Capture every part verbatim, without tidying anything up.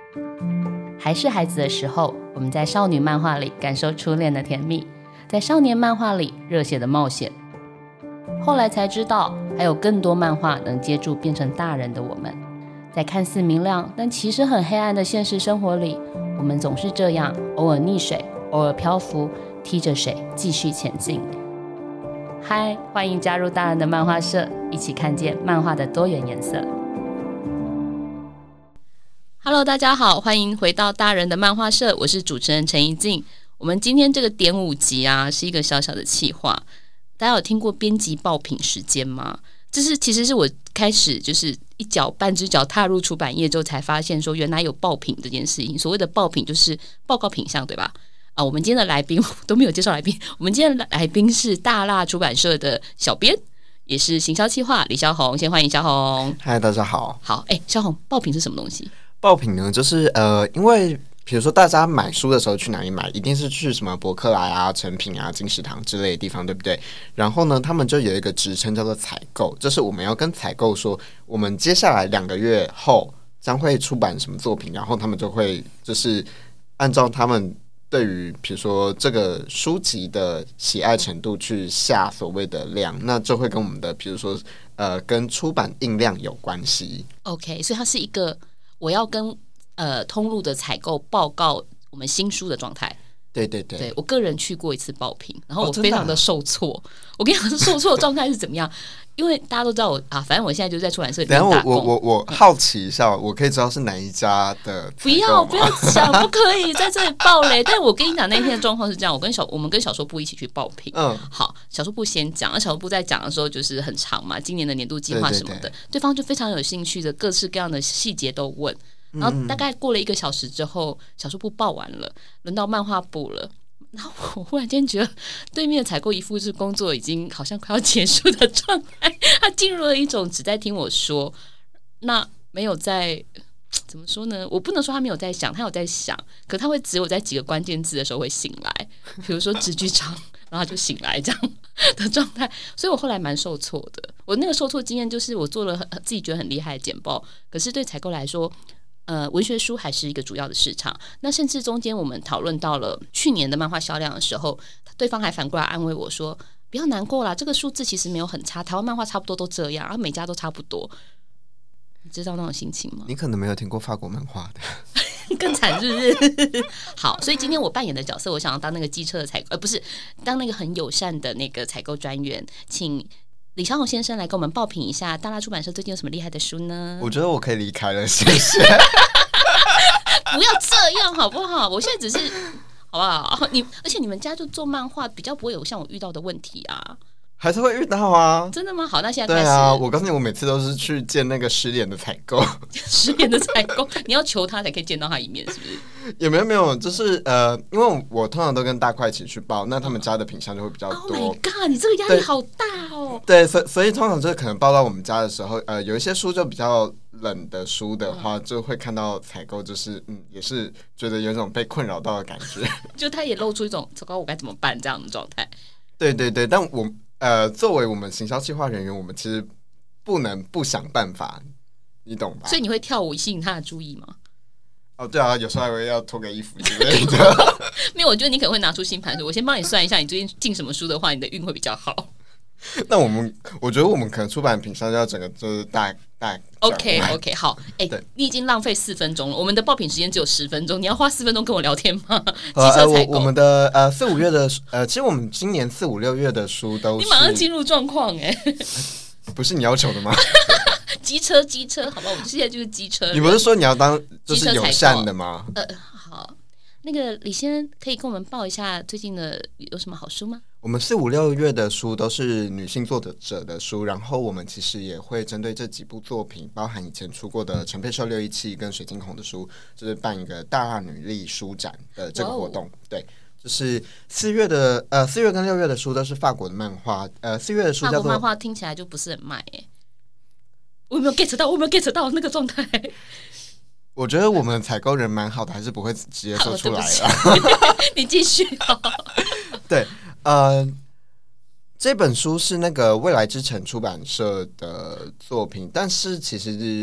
还是孩子的时候，我们在少女漫画里感受初恋的甜蜜，在少年漫画里热血的冒险。后来才知道，还有更多漫画能接住变成大人的我们。在看似明亮但其实很黑暗的现实生活里，我们总是这样，偶尔溺水，偶尔漂浮，踢着水继续前进。嗨，欢迎加入大人的漫画社，一起看见漫画的多元颜色。Hello， 大家好，欢迎回到大人的漫画社，我是主持人陈怡静。我们今天这个点五集啊，是一个小小的企划。大家有听过编辑爆品时间吗？这是其实是我开始就是一脚半只脚踏入出版业之后才发现说原来有爆品这件事情。所谓的爆品就是报告品项，对吧？啊，我们今天的来宾都没有介绍来宾，我们今天的来宾是大辣出版社的小编，也是行销企划李萧红。先欢迎萧红。 嗨，大家好。 好，哎，萧红，爆品是什么东西？ 爆品呢，就是呃，因为比如说大家买书的时候去哪里买，一定是去什么博客来啊、诚品啊、金石堂之类的地方，对不对？然后呢，他们就有一个职称叫做采购，就是我们要跟采购说，我们接下来两个月后将会出版什么作品，然后他们就会就是按照他们对于比如说这个书籍的喜爱程度去下所谓的量，那就会跟我们的比如说呃跟出版印量有关系。 OK， 所以它是一个我要跟呃通路的采购报告我们新书的状态。 对对对， 对我个人去过一次爆品，然后我哦非常的受挫。哦啊、我跟你讲，受挫的状态是怎么样？因为大家都知道我啊，反正我现在就在出版社里面打工。 等一下我我我我好奇一下，嗯、我可以知道是哪一家的？ 不要不要讲，不可以在这里爆雷。但我跟你讲，那天的状况是这样：我跟小我们跟小说部一起去爆品。嗯，好，小说部先讲，那小说部在讲的时候就是很长嘛，今年的年度计划什么的，对对对，对方就非常有兴趣的，各式各样的细节都问。然后大概过了一个小时之后，小说部报完了，轮到漫画部了。然后我忽然间觉得对面的采购一副是工作已经好像快要结束的状态，他进入了一种只在听我说，那没有在怎么说呢？我不能说他没有在想，他有在想，可他会只有在几个关键字的时候会醒来，比如说直剧场，然后他就醒来这样的状态。所以我后来蛮受挫的。我那个受挫经验就是我做了自己觉得很厉害的简报，可是对采购来说。呃，文学书还是一个主要的市场。那甚至中间我们讨论到了去年的漫画销量的时候，对方还反过来安慰我说：“不要难过啦，这个数字其实没有很差，台湾漫画差不多都这样，然后每家都差不多。”你知道那种心情吗？ 你可能没有听过法国漫画的， 更惨是不是？好，所以今天我扮演的角色，我想要当那个机车的采购，呃，不是当那个很友善的那个采购专员，请。李萧红先生来跟我们报评一下大辣出版社最近有什么厉害的书呢？ 我觉得我可以离开了，谢谢。 不要这样好不好？我现在只是好不好？你而且你们家就做漫画，比较不会有像我遇到的问题啊。 还是会遇到啊。 真的吗？好，那现在开始。 对啊，我告诉你，我每次都是去见那个失联的采购。 失联的采购，你要求他才可以见到他一面，是不是？ 也没有没有，就是呃，因为 我, 我通常都跟大块一起去报，那他们家的品项就会比较多。 Oh my god， 你这个压力好大哦。 对，所以所以通常就是可能报到我们家的时候，呃，有一些书就比较冷的书的话，嗯、就会看到采购，就是嗯，也是觉得有一种被困扰到的感觉。 就他也露出一种糟糕，我该怎么办这样的状态。 对对对，但我呃，作为我们行销企划人员，我们其实不能不想办法，你懂吧？ 所以你会跳舞吸引他的注意吗？ 哦，对啊，有时候还会要脱个衣服之类的。 没有，我觉得你可能会拿出星盘说，我先帮你算一下，你最近进什么书的话，你的运会比较好。 那我们，我觉得我们可能出版品上要整个就是大大。 OK OK， 好，哎、欸，你已经浪费四分钟了，我们的报品时间只有十分钟，你要花四分钟跟我聊天吗？机车采购， 我我们的呃四五月的呃，其实我们今年四五六月的书都是。 你马上进入状况哎。 不是你要求的吗？ 机车机车，好吧，我现在就是机车。 你不是说你要当就是友善的吗？ 呃，好，那个李先生可以跟我们报一下最近的有什么好书吗？ 我们四五六月的书都是女性作者的书，然后我们其实也会针对这几部作品，包含以前出过的陈佩寿六一七跟水晶红的书，就是办一个大辣女力书展的这个活动。对，就是四月的呃四月跟六月的书都是法国的漫画，呃四月的书叫做法国漫画，听起来就不是很卖哎、欸。我有没有 get 到？我有没有 get 到那个状态？ 我觉得我们采购人蛮好的，还是不会直接说出来了。 你继续、哦。 对，呃，这本书是那个未来之城出版社的作品，但是其实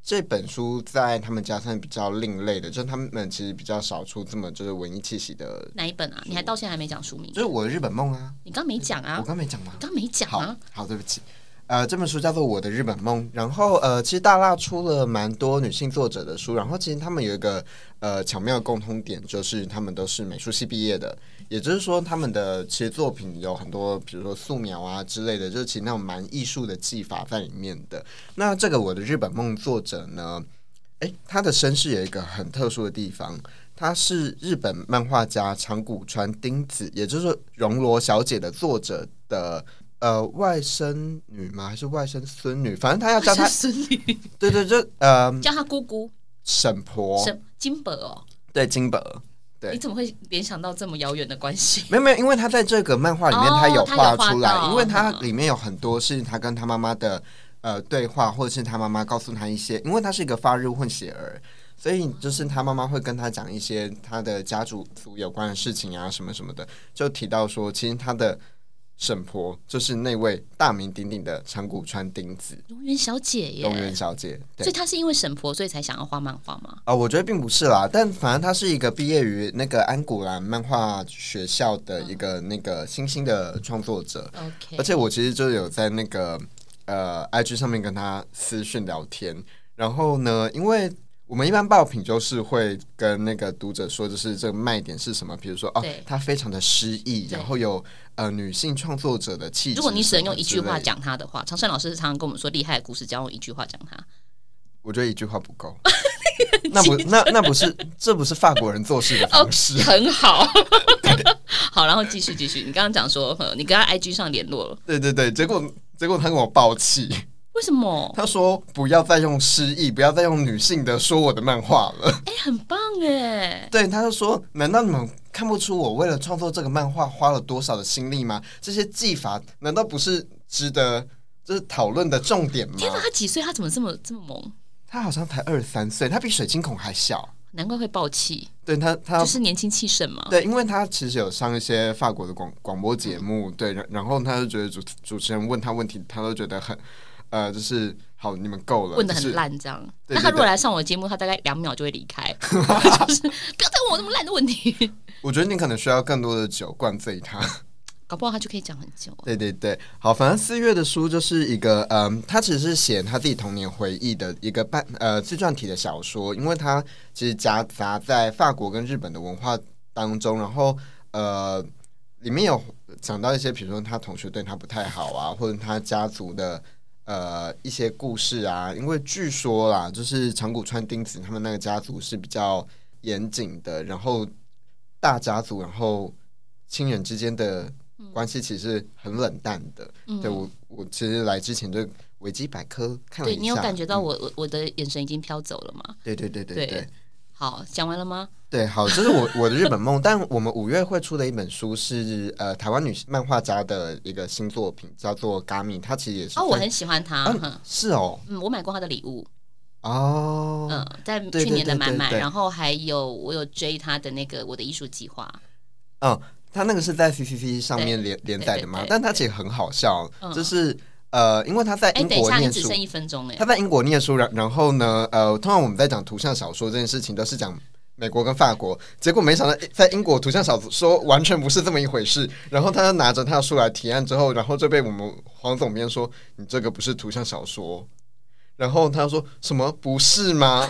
这本书在他们家算比较另类的，就是他们其实比较少出这么就是文艺气息的。 哪一本啊？你还到现在还没讲书名？ 就是我的日本梦啊。 你刚没讲啊？ 我刚没讲吗？ 你刚没讲啊？ 好，好，对不起。呃，这本书叫做《我的日本梦》，然后呃，其实大辣出了蛮多女性作者的书，然后其实他们有一个呃巧妙的共通点，就是他们都是美术系毕业的，也就是说他们的其实作品有很多，比如说素描啊之类的，就是其实那种蛮艺术的技法在里面的。那这个《我的日本梦》作者呢，诶，他的身世有一个很特殊的地方，他是日本漫画家长谷川丁子，也就是熔罗小姐的作者的。呃，外甥女吗？还是外甥孙女？反正他要叫她孙女。 对对，就呃， 叫她姑姑、 婶婆、 婶金伯哦。 对，金伯。对， 你怎么会联想到这么遥远的关系？ 没有没有，因为他在这个漫画里面，他有画出来， 哦、 因为他里面有很多是他跟他妈妈的呃对话，或者是他妈妈告诉他一些，因为他是一个发日混血儿。所以就是他妈妈会跟他讲一些他的家族族有关的事情啊，什么什么的，就提到说，其实他的婶婆就是那位大名鼎鼎的长谷川丁子， 龙原小姐耶。 龙原小姐， 所以她是因为婶婆，所以才想要画漫画吗？ 啊、呃，我觉得并不是啦，但反正她是一个毕业于那个安古兰漫画学校的一个那个新兴的创作者。 OK， 而且我其实就有在那个呃 I G 上面跟他私讯聊天，然后呢，因为我们一般爆品就是会跟那个读者说，就是这个卖点是什么，比如说哦，它非常的诗意，然后有呃女性创作者的气质。 如果你只能用一句话讲它的话，常胜老师常常跟我们说，厉害的故事只要用一句话讲它。 我觉得一句话不够，那不那那不是这不是法国人做事的方式， 哦、很好。好，然后继续继续，你刚刚讲说你跟他 I G 上联络了， 对对对，结果结果他跟我爆气。 为什么？ 他说不要再用诗意，不要再用女性的说我的漫画了。 哎、欸，很棒哎！ 对，他就说，难道你们看不出我为了创作这个漫画花了多少的心力吗？这些技法难道不是值得就是讨论的重点吗？ 天哪，他几岁？他怎么这么这么萌？ 他好像才二十三岁，他比水晶孔还小。 难怪会爆气。 对他，他就是年轻气盛嘛。 对，因为他其实有上一些法国的广广播节目，对，然后他就觉得主主持人问他问题，他都觉得很。呃，就是好，你们够了， 问得很烂这样。 就是、 那他如果来上我的节目，他大概两秒就会离开，就是不要再问我这么烂的问题。 我觉得你可能需要更多的酒灌醉他， 搞不好他就可以讲很久。 对对对，好，反正四月的书就是一个，嗯，他其实是写他自己童年回忆的一个半呃自传体的小说，因为他其实夹杂在法国跟日本的文化当中，然后呃里面有讲到一些，比如说他同学对他不太好啊，或者他家族的。呃，一些故事啊，因为据说啦，就是长谷川丁子他们那个家族是比较严谨的，然后大家族，然后亲人之间的关系其实很冷淡的。嗯、对我，我其实来之前就维基百科看了一下， 对你有感觉到我、嗯、我的眼神已经飘走了吗？ 对对对对 对, 对。 好，讲完了吗？ 对，好，这是我我的日本梦。但我们五月会出的一本书是呃台湾女漫画家的一个新作品，叫做 Gami， 它其实也是哦，我很喜欢它、 啊，是哦， 嗯，我买过他的礼物哦， 嗯，在去年的买买，然后还有我有追他的那个我的艺术计划， 嗯，他那个是在 C C C 上面连连载的嘛，但他其实很好笑，嗯、就是。呃，因为他在英国念书， 欸、等一下你只剩一分钟哎。 他在英国念书，然然后呢，呃，通常我们在讲图像小说这件事情，都是讲美国跟法国，结果没想到在英国图像小说完全不是这么一回事。然后他就拿着他的书来提案之后，然后就被我们黄总编说：“你这个不是图像小说。”然后他说：“什么不是吗？”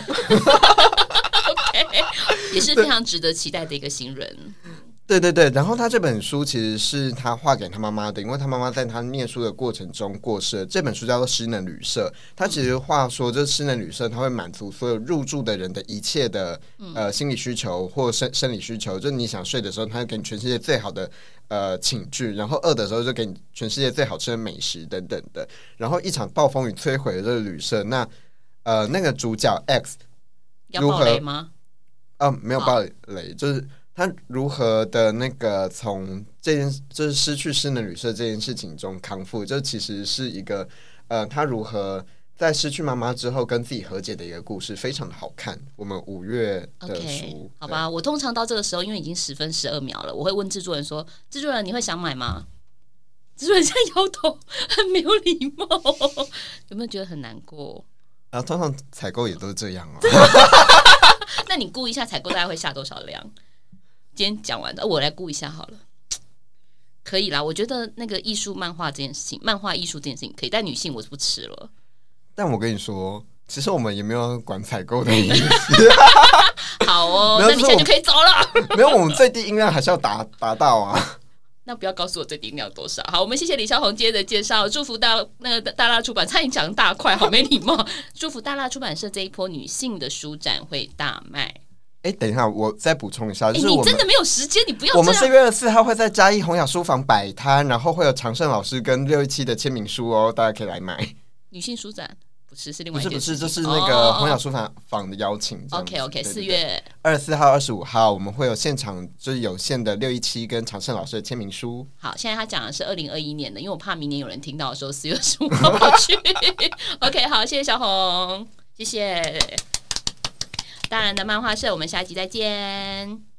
OK， 也是非常值得期待的一个新人。 对对对，然后他这本书其实是他画给他妈妈的，因为他妈妈在他念书的过程中过世了。这本书叫做《失能旅社》，他其实话说，这失能旅社它会满足所有入住的人的一切的呃心理需求或生生理需求，就是你想睡的时候，他会给你全世界最好的呃寝具，然后饿的时候就给你全世界最好吃的美食等等的。然后一场暴风雨摧毁了这个旅社，那呃那个主角 X 要爆雷吗？ 啊、呃，没有爆雷，就是。他如何的那个从这件就是失去失能旅社这件事情中康复，这其实是一个呃，他如何在失去妈妈之后跟自己和解的一个故事，非常的好看。我们五月的书， okay, 好吧，我通常到这个时候，因为已经十分十二秒了，我会问制作人说：“制作人，你会想买吗？”制作人现在摇头，很没有礼貌，有没有觉得很难过？ 啊，通常采购也都是这样啊。 那你估一下采购大概会下多少量？今天讲完的，我来估一下好了。可以啦，我觉得那个艺术漫画这件事情，漫画艺术这件事情可以，但女性我是不吃了。 但我跟你说，其实我们也没有管采购的意思。 好哦，那你现在就可以走了。 没有，我们最低音量还是要达达到啊。 那不要告诉我最低音量多少。好，我们谢谢李孝宏今天的介绍，祝福大那个大辣出版，差点讲大块，好没礼貌。祝福大辣出版社这一波女性的书展会大卖。 哎、欸，等一下，我再补充一下，就是你真的没有时间，你不要这样。 我们四月二十四号会在嘉义洪雅书房摆摊，然后会有常胜老师跟六一七的签名书哦，大家可以来买。 女性书展不是是另外一件事， 不是不是，就是那个洪雅书房的邀请。 OK OK， 四月二十四号、二十五号，我们会有现场就是有限的六一七跟常胜老师的签名书。 好，现在他讲的是二零二一年的，因为我怕明年有人听到的时候四月十五号跑去。OK， 好，谢谢小红，谢谢。大人的漫画社，我们下一集再见。